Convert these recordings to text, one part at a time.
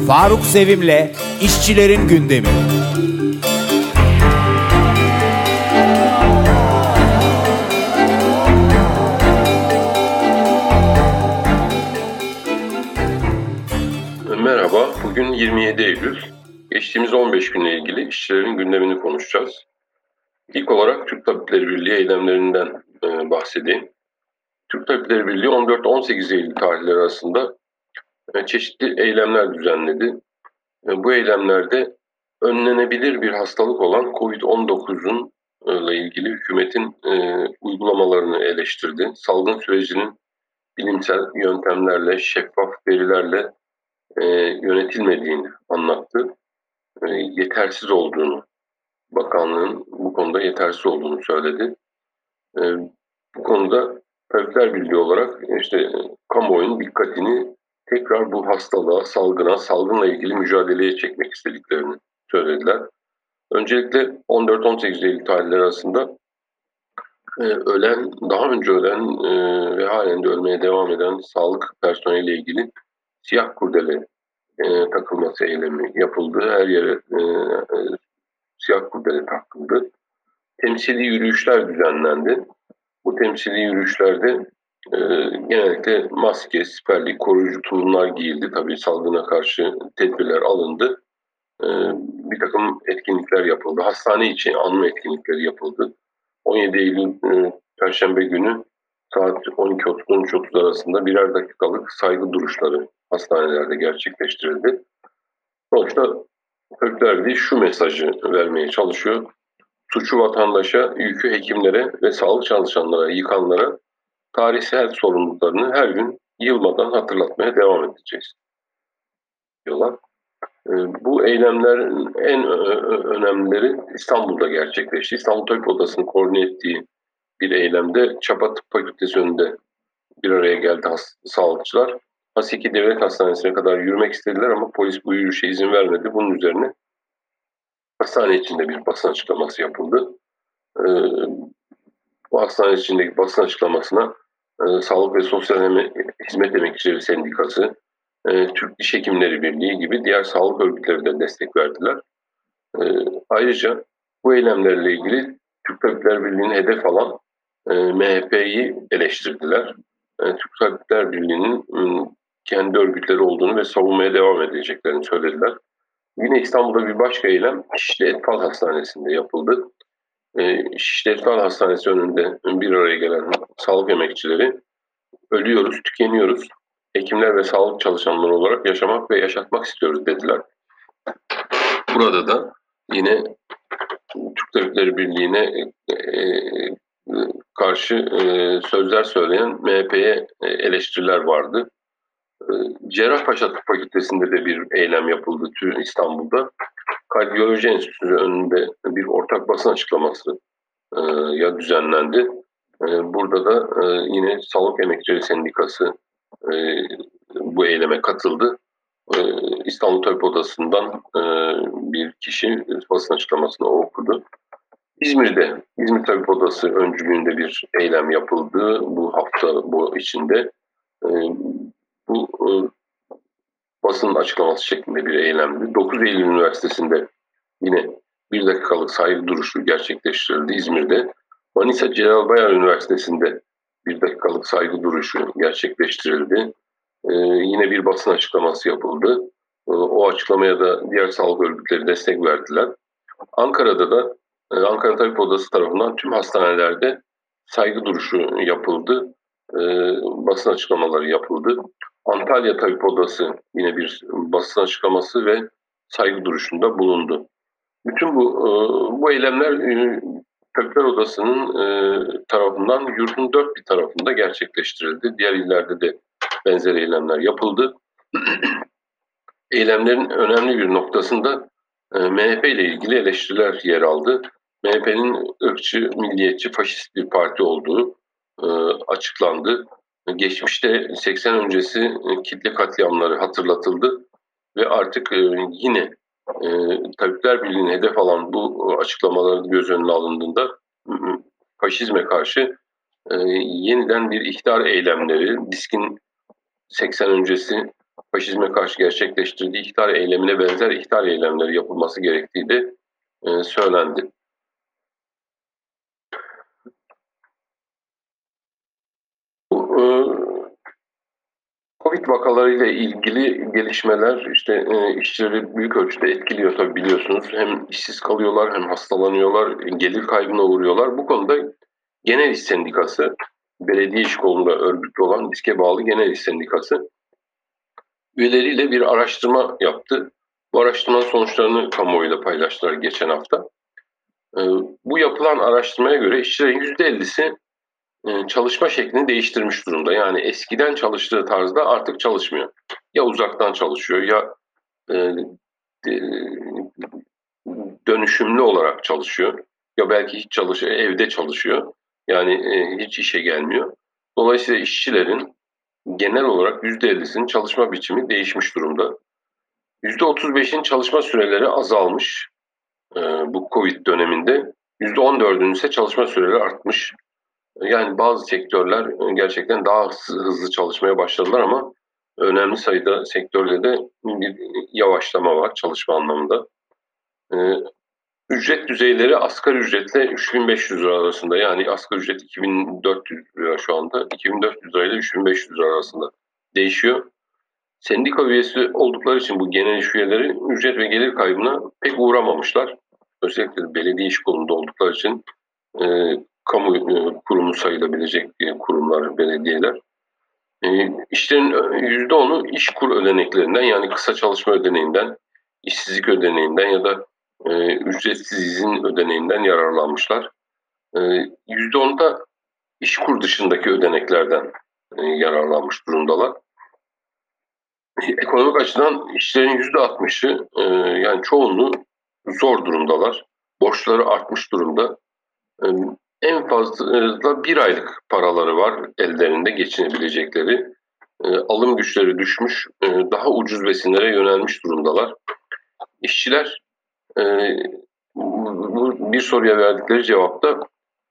Faruk Sevim'le İşçilerin Gündemi. Merhaba, bugün 27 Eylül. Geçtiğimiz 15 günle ilgili işçilerin gündemini konuşacağız. İlk olarak Türk Tabipleri Birliği eylemlerinden bahsedeyim. Türk Tabipleri Birliği 14-18 Eylül tarihleri arasında çeşitli eylemler düzenledi. Bu eylemlerde önlenebilir bir hastalık olan COVID-19'un ile ilgili hükümetin uygulamalarını eleştirdi. Salgın sürecinin bilimsel yöntemlerle, şeffaf verilerle yönetilmediğini anlattı. Yetersiz olduğunu, bakanlığın bu konuda yetersiz olduğunu söyledi. Bu konuda Tabipler Birliği olarak kamuoyunun dikkatini tekrar bu hastalığa, salgınla ilgili mücadeleye çekmek istediklerini söylediler. Öncelikle 14-18 Eylül tarihleri arasında daha önce ölen ve halen de ölmeye devam eden sağlık personeliyle ilgili siyah kurdele takılması eylemi yapıldı. Her yere siyah kurdele takıldı. Temsili yürüyüşler düzenlendi. Bu temsili yürüyüşlerde genellikle maske, siperlik, koruyucu tulumlar giyildi. Tabii salgına karşı tedbirler alındı. Bir takım etkinlikler yapıldı. Hastane içi anma etkinlikleri yapıldı. 17 Eylül Perşembe günü saat 12.30-13.30 arasında birer dakikalık saygı duruşları hastanelerde gerçekleştirildi. Sonuçta Tabipler Birliği şu mesajı vermeye çalışıyor. Suçu vatandaşa, yükü hekimlere ve sağlık çalışanlara, yıkanlara tarihsel sorumluluklarını her gün yılmadan hatırlatmaya devam edeceğiz diyorlar. Bu eylemlerin en önemlileri İstanbul'da gerçekleşti. İstanbul Tabip Odası'nın koordine ettiği bir eylemde Çapa Tıp Fakültesi önünde bir araya geldi sağlıkçılar. Haseki Devlet Hastanesi'ne kadar yürümek istediler ama polis bu yürüyüşe izin vermedi. Bunun üzerine hastane içinde bir basın açıklaması yapıldı. Bu hastane içindeki basın açıklamasına Sağlık ve Sosyal Hizmet Emekçileri Sendikası, Türk Diş Hekimleri Birliği gibi diğer sağlık örgütleri de destek verdiler. Ayrıca bu eylemlerle ilgili Türk Tabipler Birliği'nin hedef alan MHP'yi eleştirdiler. Türk Tabipler Birliği'nin kendi örgütleri olduğunu ve savunmaya devam edeceklerini söylediler. Yine İstanbul'da bir başka eylem Şişli Etfal Hastanesi'nde yapıldı. Şişli Etfal Hastanesi önünde bir araya gelen sağlık emekçileri ölüyoruz, tükeniyoruz. Hekimler ve sağlık çalışanları olarak yaşamak ve yaşatmak istiyoruz dediler. Burada da yine Türk Tabipleri Birliği'ne karşı sözler söyleyen MHP'ye eleştiriler vardı. Cerrahpaşa Tıp Fakültesi'nde de bir eylem yapıldı İstanbul'da. Kardiyoloji Enstitüsü önünde bir ortak basın açıklaması düzenlendi. Burada da yine Sağlık Emekçileri Sendikası bu eyleme katıldı. İstanbul Tabip Odası'ndan bir kişi basın açıklamasını okudu. İzmir Tabip Odası öncülüğünde bir eylem yapıldı bu hafta içinde. Bu basın açıklaması şeklinde bir eylemdi. 9 Eylül Üniversitesi'nde yine bir dakikalık saygı duruşu gerçekleştirildi İzmir'de. Manisa Celal Bayar Üniversitesi'nde bir dakikalık saygı duruşu gerçekleştirildi. Yine bir basın açıklaması yapıldı. O açıklamaya da diğer sağlık örgütleri destek verdiler. Ankara'da da Ankara Tabip Odası tarafından tüm hastanelerde saygı duruşu yapıldı. Basın açıklamaları yapıldı. Antalya Tabip Odası yine bir basın açıklaması ve saygı duruşunda bulundu. Bütün bu eylemler Tabipler Odası'nın tarafından yurdun dört bir tarafında gerçekleştirildi. Diğer illerde de benzer eylemler yapıldı. Eylemlerin önemli bir noktasında MHP ile ilgili eleştiriler yer aldı. MHP'nin ırkçı, milliyetçi, faşist bir parti olduğu açıklandı. Geçmişte 80 öncesi kitle katliamları hatırlatıldı ve artık yine Tabipler Birliği'ni hedef alan bu açıklamaların göz önüne alındığında faşizme karşı yeniden bir ihtar eylemleri, DİSK'in 80 öncesi faşizme karşı gerçekleştirdiği ihtar eylemine benzer ihtar eylemleri yapılması gerektiği de söylendi. Bu Covid vakalarıyla ilgili gelişmeler işte işçileri büyük ölçüde etkiliyor tabii biliyorsunuz. Hem işsiz kalıyorlar hem hastalanıyorlar, gelir kaybına uğruyorlar. Bu konuda Genel İş Sendikası, belediye iş kolunda örgütlü olan İSK'e bağlı Genel İş Sendikası üyeleriyle bir araştırma yaptı. Bu araştırmanın sonuçlarını kamuoyuyla paylaştılar geçen hafta. Bu yapılan araştırmaya göre işçilerin %50'si çalışma şeklini değiştirmiş durumda. Yani eskiden çalıştığı tarzda artık çalışmıyor. Ya uzaktan çalışıyor ya e, dönüşümlü olarak çalışıyor. Ya belki hiç çalışıyor, evde çalışıyor. Yani hiç işe gelmiyor. Dolayısıyla işçilerin genel olarak %50'sinin çalışma biçimi değişmiş durumda. %35'in çalışma süreleri azalmış bu Covid döneminde. %14'ün ise çalışma süreleri artmış. Yani bazı sektörler gerçekten daha hızlı çalışmaya başladılar ama önemli sayıda sektörde de bir yavaşlama var çalışma anlamında. E, Ücret düzeyleri asgari ücretle 3.500 lira arasında. Yani asgari ücret 2.400 lira şu anda. 2.400 lira ile 3.500 lira arasında değişiyor. Sendika üyesi oldukları için bu genel iş üyeleri ücret ve gelir kaybına pek uğramamışlar. Özellikle belediye iş kolunda oldukları için e, kamu kurumu sayılabilecek kurumlar, belediyeler. İşlerin %10'u işkur ödeneklerinden yani kısa çalışma ödeneğinden, işsizlik ödeneğinden ya da ücretsiz izin ödeneğinden yararlanmışlar. %10 da işkur dışındaki ödeneklerden yararlanmış durumdalar. Ekonomik açıdan işlerin %60'ı yani çoğunluğu zor durumdalar. Borçları artmış durumda. E, En fazla bir aylık paraları var ellerinde geçinebilecekleri. Alım güçleri düşmüş, daha ucuz besinlere yönelmiş durumdalar. İşçiler e, bu bir soruya verdikleri cevapta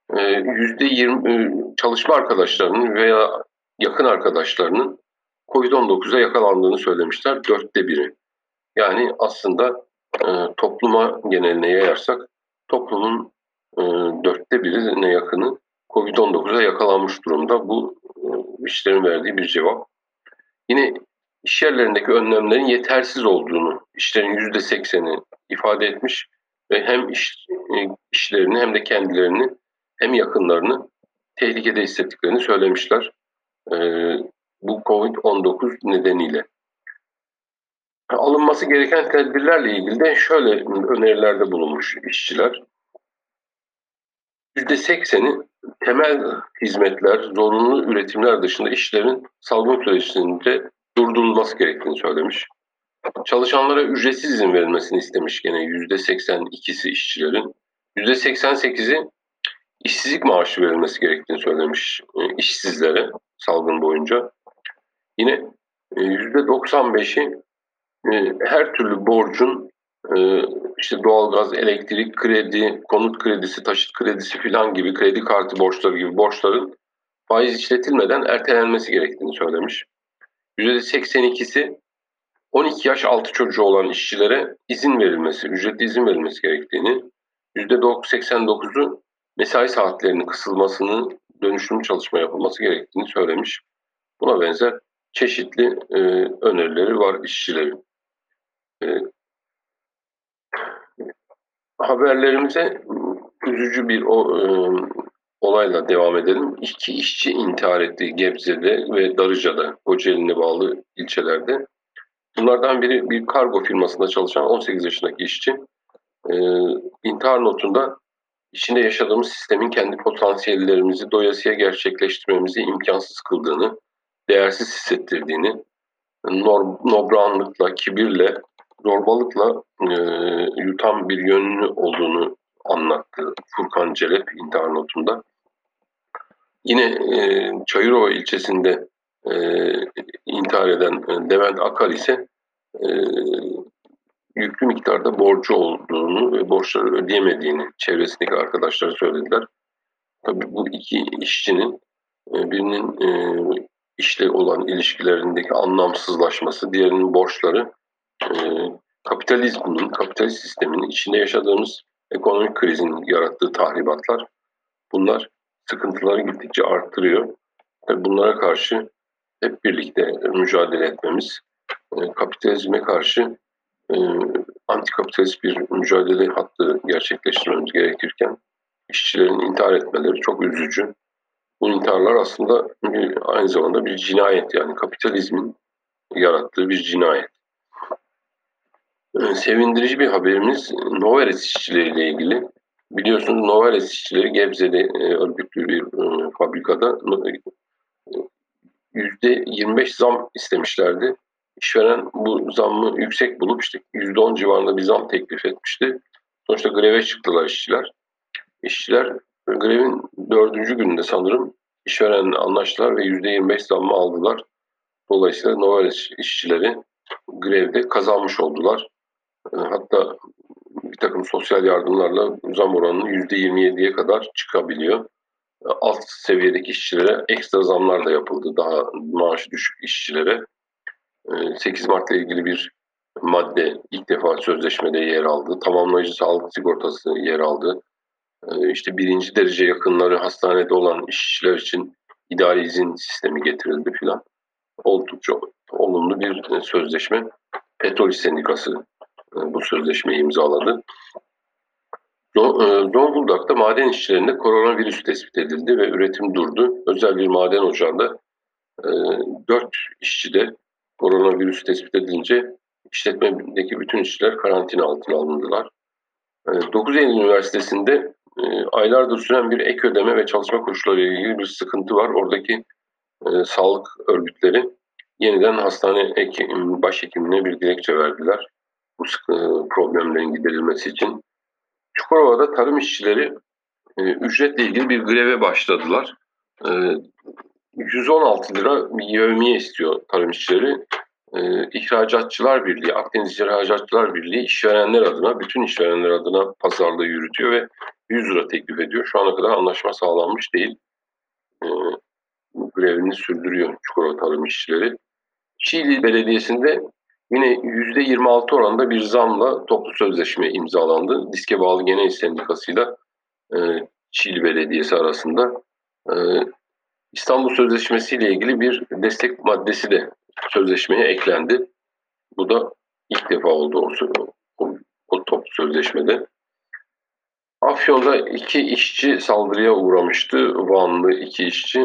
%20 çalışma arkadaşlarının veya yakın arkadaşlarının Covid-19'a yakalandığını söylemişler. 1/4. Yani aslında topluma geneline yayarsak toplumun 1/4'ine yakını Covid-19'a yakalanmış durumda. Bu işlerin verdiği bir cevap. Yine iş yerlerindeki önlemlerin yetersiz olduğunu işlerin %80'i ifade etmiş ve hem işlerini hem de kendilerini hem yakınlarını tehlikede hissettiklerini söylemişler. E, Bu Covid-19 nedeniyle. Alınması gereken tedbirlerle ilgili de şöyle önerilerde bulunmuş işçiler. %80'i temel hizmetler, zorunlu üretimler dışında işlerin salgın sürecinde durdurulması gerektiğini söylemiş. Çalışanlara ücretsiz izin verilmesini istemiş gene %82'si işçilerin. %88'i işsizlik maaşı verilmesi gerektiğini söylemiş işsizlere salgın boyunca. Yine %95'i her türlü borcun işte doğalgaz, elektrik, kredi, konut kredisi, taşıt kredisi filan gibi kredi kartı borçları gibi borçların faiz işletilmeden ertelenmesi gerektiğini söylemiş. %82'si 12 yaş altı çocuğu olan işçilere izin verilmesi, ücretli izin verilmesi gerektiğini, %89'u mesai saatlerinin kısılmasını, dönüşümlü çalışma yapılması gerektiğini söylemiş. Buna benzer çeşitli önerileri var işçilerin. E, Haberlerimize üzücü bir olayla devam edelim. 2 işçi intihar etti Gebze'de ve Darıca'da, Kocaeli'ne bağlı ilçelerde. Bunlardan biri bir kargo firmasında çalışan 18 yaşındaki işçi. E, intihar notunda içinde yaşadığımız sistemin kendi potansiyellerimizi doyasıya gerçekleştirmemizi imkansız kıldığını, değersiz hissettirdiğini, nobranlıkla, kibirle, zorbalıkla yutan bir yönünü olduğunu anlattı Furkan Celep intihar notunda. Yine Çayırova ilçesinde e, intihar eden Levent Akar ise e, yüklü miktarda borcu olduğunu ve borçları ödeyemediğini çevresindeki arkadaşları söylediler. Tabii bu iki işçinin birinin işle olan ilişkilerindeki anlamsızlaşması, diğerinin borçları, kapitalist sistemin içinde yaşadığımız ekonomik krizin yarattığı tahribatlar, bunlar sıkıntıları gittikçe arttırıyor. Tabii bunlara karşı hep birlikte mücadele etmemiz, kapitalizme karşı e, antikapitalist bir mücadele hattı gerçekleştirmemiz gerekirken işçilerin intihar etmeleri çok üzücü. Bu intiharlar aslında aynı zamanda bir cinayet, yani kapitalizmin yarattığı bir cinayet. Sevindirici bir haberimiz Noveres işçileriyle ilgili. Biliyorsunuz Noveres işçileri Gebze'de örgütlü bir fabrikada %25 zam istemişlerdi. İşveren bu zammı yüksek bulup işte %10 civarında bir zam teklif etmişti. Sonuçta greve çıktılar işçiler. İşçiler grevin 4. gününde sanırım işverenle anlaştılar ve %25 zammı aldılar. Dolayısıyla Noveres işçileri grevde kazanmış oldular. Hatta bir takım sosyal yardımlarla zam oranının %27'ye kadar çıkabiliyor. Alt seviyedeki işçilere ekstra zamlar da yapıldı, daha maaşı düşük işçilere. 8 Mart'la ilgili bir madde ilk defa sözleşmede yer aldı. Tamamlayıcı sağlık sigortası yer aldı. İşte birinci derece yakınları hastanede olan işçiler için idari izin sistemi getirildi filan. Oldukça olumlu bir sözleşme. Petrol İş Sendikası bu sözleşmeyi imzaladı. Zonguldak'ta maden işçilerinde koronavirüs tespit edildi ve üretim durdu. Özel bir maden ocağında 4 işçide koronavirüs tespit edilince işletmedeki bütün işçiler karantina altına alındılar. 9 Eylül Üniversitesi'nde aylardır süren bir ek ödeme ve çalışma koşulları ile ilgili bir sıkıntı var. Oradaki sağlık örgütleri yeniden hastane başhekimine bir dilekçe verdiler. Bu problemlerin giderilmesi için. Çukurova'da tarım işçileri ücretle ilgili bir greve başladılar. 116 lira bir yevmiye istiyor tarım işçileri. İhracatçılar Birliği, Akdeniz İhracatçılar Birliği işverenler adına, bütün işverenler adına pazarlığı yürütüyor ve 100 lira teklif ediyor. Şu ana kadar anlaşma sağlanmış değil. Grevini sürdürüyor Çukurova tarım işçileri. Çiğli Belediyesi'nde yine %26 oranında bir zamla toplu sözleşme imzalandı. Diske bağlı Genel İş Sendikası'yla Çiğli Belediyesi arasında. İstanbul Sözleşmesi ile ilgili bir destek maddesi de sözleşmeye eklendi. Bu da ilk defa oldu o toplu sözleşmede. Afyon'da 2 işçi saldırıya uğramıştı. Vanlı 2 işçi.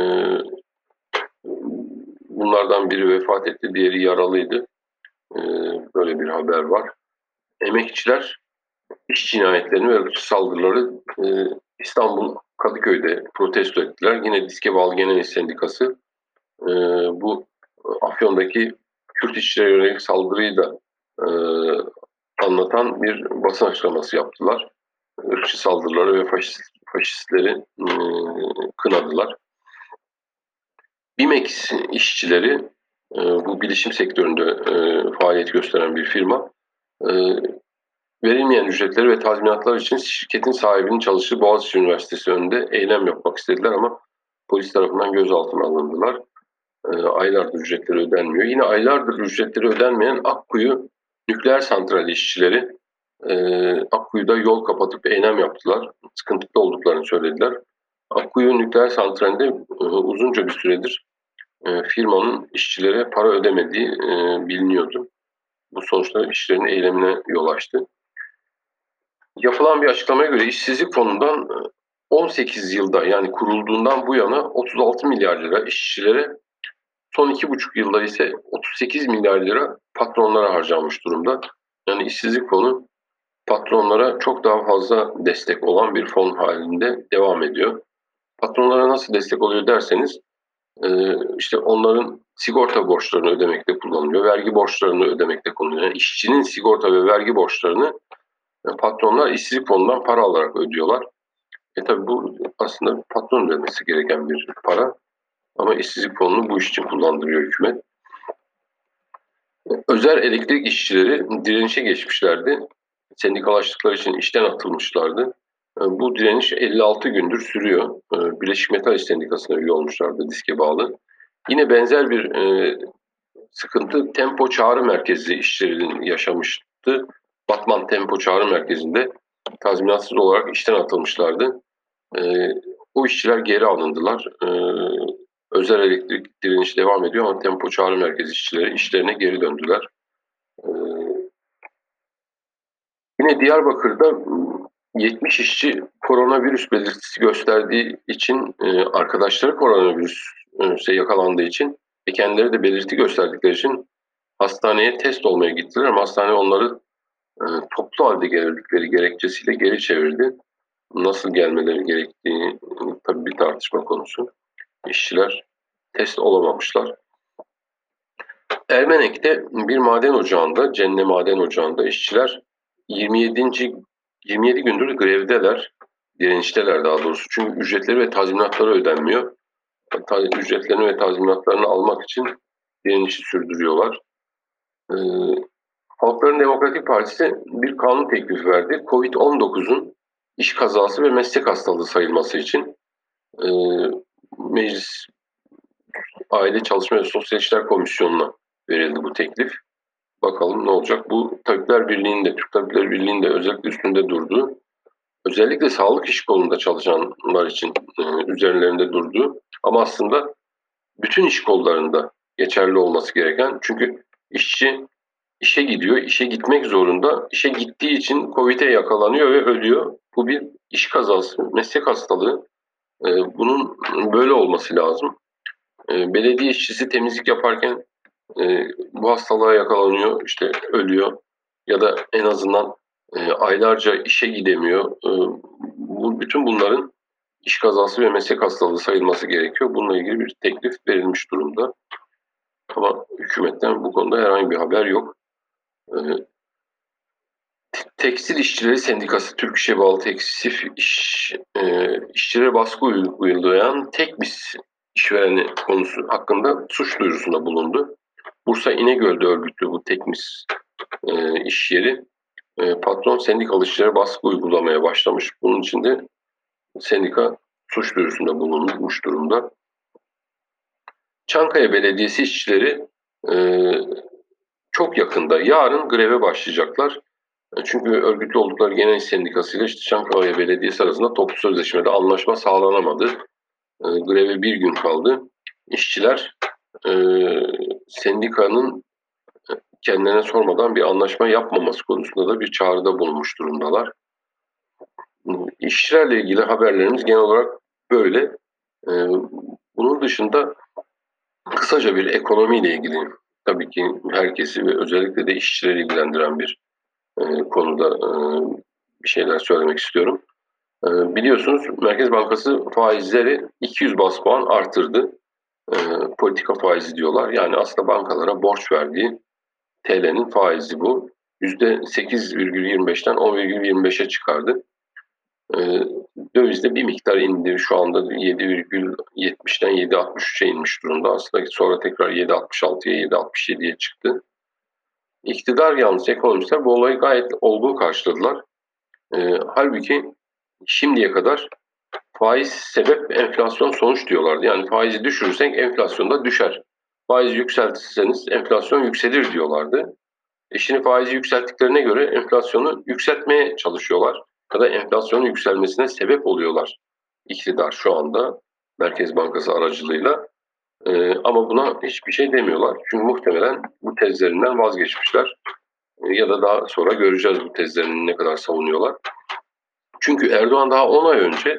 Bunlardan biri vefat etti, diğeri yaralıydı. Böyle bir haber var. Emekçiler iş cinayetlerini ve ırkçı saldırıları İstanbul Kadıköy'de protesto ettiler. Yine Diske Bağlı Genel İş Sendikası bu Afyon'daki Kürt işçilere yönelik saldırıyı da anlatan bir basın açıklaması yaptılar. Irkçı saldırıları ve faşistleri kınadılar. BİMEX işçileri, bu bilişim sektöründe faaliyet gösteren bir firma, verilmeyen ücretleri ve tazminatlar için şirketin sahibinin çalıştığı Boğaziçi Üniversitesi önünde eylem yapmak istediler ama polis tarafından gözaltına alındılar. Aylardır ücretleri ödenmiyor. Yine aylardır ücretleri ödenmeyen Akkuyu nükleer santrali işçileri Akkuyu'da yol kapatıp eylem yaptılar. Sıkıntıda olduklarını söylediler. Akkuyu nükleer santralinde uzunca bir süredir firmanın işçilere para ödemediği biliniyordu. Bu sonuçta işçilerin eylemine yol açtı. Yapılan bir açıklamaya göre işsizlik fonundan 18 yılda, yani kurulduğundan bu yana 36 milyar lira işçilere, son 2,5 yılda ise 38 milyar lira patronlara harcanmış durumda. Yani işsizlik fonu patronlara çok daha fazla destek olan bir fon halinde devam ediyor. Patronlara nasıl destek oluyor derseniz, işte onların sigorta borçlarını ödemekte kullanılıyor, vergi borçlarını ödemekte kullanılıyor. Yani işçinin sigorta ve vergi borçlarını patronlar işsizlik fonundan para alarak ödüyorlar. Tabii bu aslında patron ödemesi gereken bir para. Ama işsizlik fonunu bu iş için kullandırıyor hükümet. Özel elektrik işçileri direnişe geçmişlerdi. Sendikalaştıkları için işten atılmışlardı. Bu direniş 56 gündür sürüyor. Birleşik Metal İş Sendikası'na üye olmuşlardı, diske bağlı. Yine benzer bir sıkıntı Tempo Çağrı Merkezi işçilerin yaşamıştı. Batman Tempo Çağrı Merkezi'nde tazminatsız olarak işten atılmışlardı. O işçiler geri alındılar. Özel elektrik direnişi devam ediyor ama Tempo Çağrı Merkezi işçileri işlerine geri döndüler. Ee, Yine Diyarbakır'da 70 işçi koronavirüs belirtisi gösterdiği için arkadaşları koronavirüse yakalandığı için ve kendileri de belirti gösterdikleri için hastaneye test olmaya gittiler ama hastane onları toplu halde geldikleri gerekçesiyle geri çevirdi. Nasıl gelmeleri gerektiğini tabii bir tartışma konusu. İşçiler test olamamışlar. Ermenek'te bir maden ocağında, Cenne Maden Ocağı'nda işçiler 27 gündür grevdeler, direnişteler daha doğrusu. Çünkü ücretleri ve tazminatları ödenmiyor. Ücretlerini ve tazminatlarını almak için direnişi sürdürüyorlar. Ee, Halkların Demokratik Partisi bir kanun teklifi verdi. Covid-19'un iş kazası ve meslek hastalığı sayılması için e, Meclis Aile Çalışma ve Sosyal İşler Komisyonu'na verildi bu teklif. Bakalım ne olacak. Bu Tabipler Birliği'nde, Türk Tabipler Birliği'nde özellikle üstünde durdu. Özellikle sağlık iş kolunda çalışanlar için üzerlerinde durdu. Ama aslında bütün iş kollarında geçerli olması gereken. Çünkü işçi işe gidiyor, işe gitmek zorunda. İşe gittiği için Covid'e yakalanıyor ve ölüyor. Bu bir iş kazası, meslek hastalığı. Bunun böyle olması lazım. Belediye işçisi temizlik yaparken bu hastalığa yakalanıyor, işte ölüyor ya da en azından aylarca işe gidemiyor. Bütün bunların iş kazası ve meslek hastalığı sayılması gerekiyor. Bununla ilgili bir teklif verilmiş durumda. Ama hükümetten bu konuda herhangi bir haber yok. E, Tekstil İşçileri Sendikası, Türk İş'e bağlı işçilere baskı uygulayan tek bir işvereni konusu hakkında suç duyurusunda bulundu. Bursa İnegöl'de örgütlü bu Tekmis iş yeri patron sendikalı işçilere baskı uygulamaya başlamış. Bunun için de sendika suç duyurusunda bulunmuş durumda. Çankaya Belediyesi işçileri e, çok yakında yarın greve başlayacaklar. Çünkü örgütlü oldukları genel iş sendikasıyla işte Çankaya Belediyesi arasında toplu sözleşmede anlaşma sağlanamadı. Greve bir gün kaldı. İşçiler e, sendikanın kendilerine sormadan bir anlaşma yapmaması konusunda da bir çağrıda bulunmuş durumdalar. İşçilerle ilgili haberlerimiz genel olarak böyle. Bunun dışında kısaca bir ekonomiyle ilgili tabii ki herkesi ve özellikle de işçileri ilgilendiren bir konuda bir şeyler söylemek istiyorum. Biliyorsunuz Merkez Bankası faizleri 200 bas puan artırdı. Politika faizi diyorlar. Yani aslında bankalara borç verdiği TL'nin faizi bu. %8,25'ten 10,25'e çıkardı. Dövizde bir miktar indi. Şu anda 7,70'ten 7,63'e inmiş durumda. Aslında sonra tekrar 7,66'ya 7,67'ye çıktı. İktidar yanlısı ekonomistler bu olayı gayet olgun karşıladılar. Halbuki şimdiye kadar faiz sebep enflasyon sonuç diyorlardı. Yani faizi düşürürsek enflasyon da düşer. Faizi yükseltirseniz enflasyon yükselir diyorlardı. Şimdi faizi yükselttiklerine göre enflasyonu yükseltmeye çalışıyorlar. Ya da enflasyonun yükselmesine sebep oluyorlar iktidar şu anda Merkez Bankası aracılığıyla. Ama buna hiçbir şey demiyorlar. Çünkü muhtemelen bu tezlerinden vazgeçmişler. Ya da daha sonra göreceğiz bu tezlerini ne kadar savunuyorlar. Çünkü Erdoğan daha 10 ay önce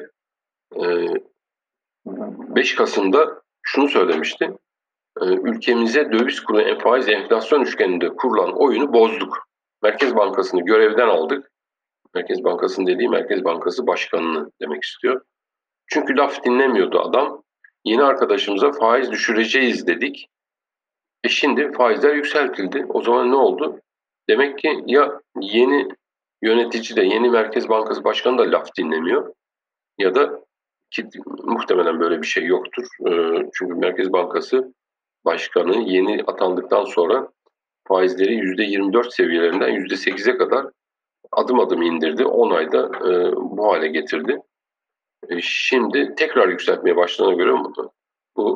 5 Kasım'da şunu söylemişti. Ülkemize döviz kuru faiz enflasyon üçgeninde kurulan oyunu bozduk. Merkez Bankası'nı görevden aldık. Merkez Bankası'nın dediği Merkez Bankası Başkanı'nı demek istiyor. Çünkü laf dinlemiyordu adam. Yeni arkadaşımıza faiz düşüreceğiz dedik. Şimdi faizler yükseltildi. O zaman ne oldu? Demek ki ya yeni yönetici de yeni Merkez Bankası Başkanı da laf dinlemiyor ya da ki muhtemelen böyle bir şey yoktur. Çünkü Merkez Bankası Başkanı yeni atandıktan sonra faizleri %24 seviyelerinden %8'e kadar adım adım indirdi. 10 ayda bu hale getirdi. Şimdi tekrar yükseltmeye başladığına göre bu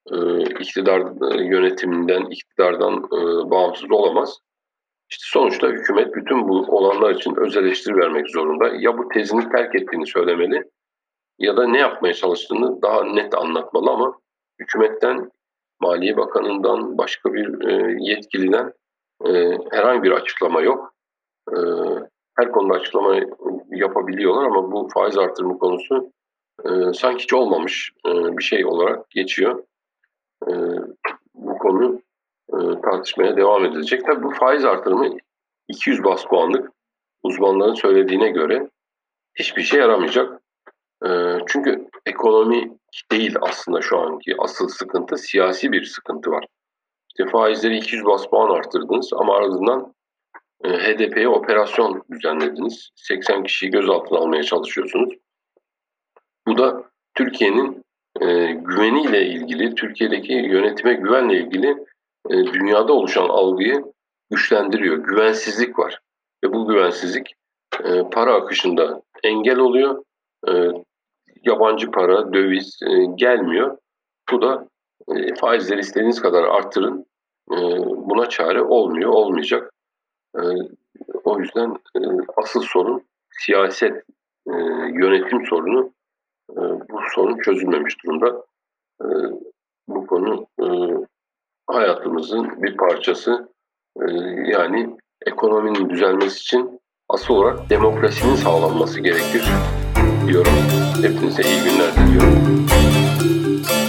iktidar yönetiminden, iktidardan bağımsız olamaz. İşte sonuçta hükümet bütün bu olanlar için öz eleştiri vermek zorunda. Ya bu tezini terk ettiğini söylemeli ya da ne yapmaya çalıştığını daha net anlatmalı ama hükümetten, Maliye Bakanı'ndan, başka bir yetkiliden herhangi bir açıklama yok. E, Her konuda açıklama yapabiliyorlar ama bu faiz artırımı konusu sanki hiç olmamış bir şey olarak geçiyor. E, Bu konu tartışmaya devam edilecek. Tabii bu faiz artırımı 200 bas puanlık, uzmanların söylediğine göre hiçbir şey yaramayacak. Çünkü ekonomi değil aslında şu anki asıl sıkıntı, siyasi bir sıkıntı var. İşte faizleri 200 bas puan arttırdınız ama ardından HDP'ye operasyon düzenlediniz. 80 kişiyi gözaltına almaya çalışıyorsunuz. Bu da Türkiye'nin güveniyle ilgili, Türkiye'deki yönetime güvenle ilgili dünyada oluşan algıyı güçlendiriyor. Güvensizlik var ve bu güvensizlik para akışında engel oluyor. E, Yabancı para, döviz gelmiyor. Bu da faizleri istediğiniz kadar arttırın. Buna çare olmuyor, olmayacak. E, O yüzden asıl sorun siyaset, yönetim sorunu. Bu sorun çözülmemiş durumda. E, Bu konu hayatımızın bir parçası. Yani ekonominin düzelmesi için asıl olarak demokrasinin sağlanması gerekir diyorum. Hepinize iyi günler diliyorum.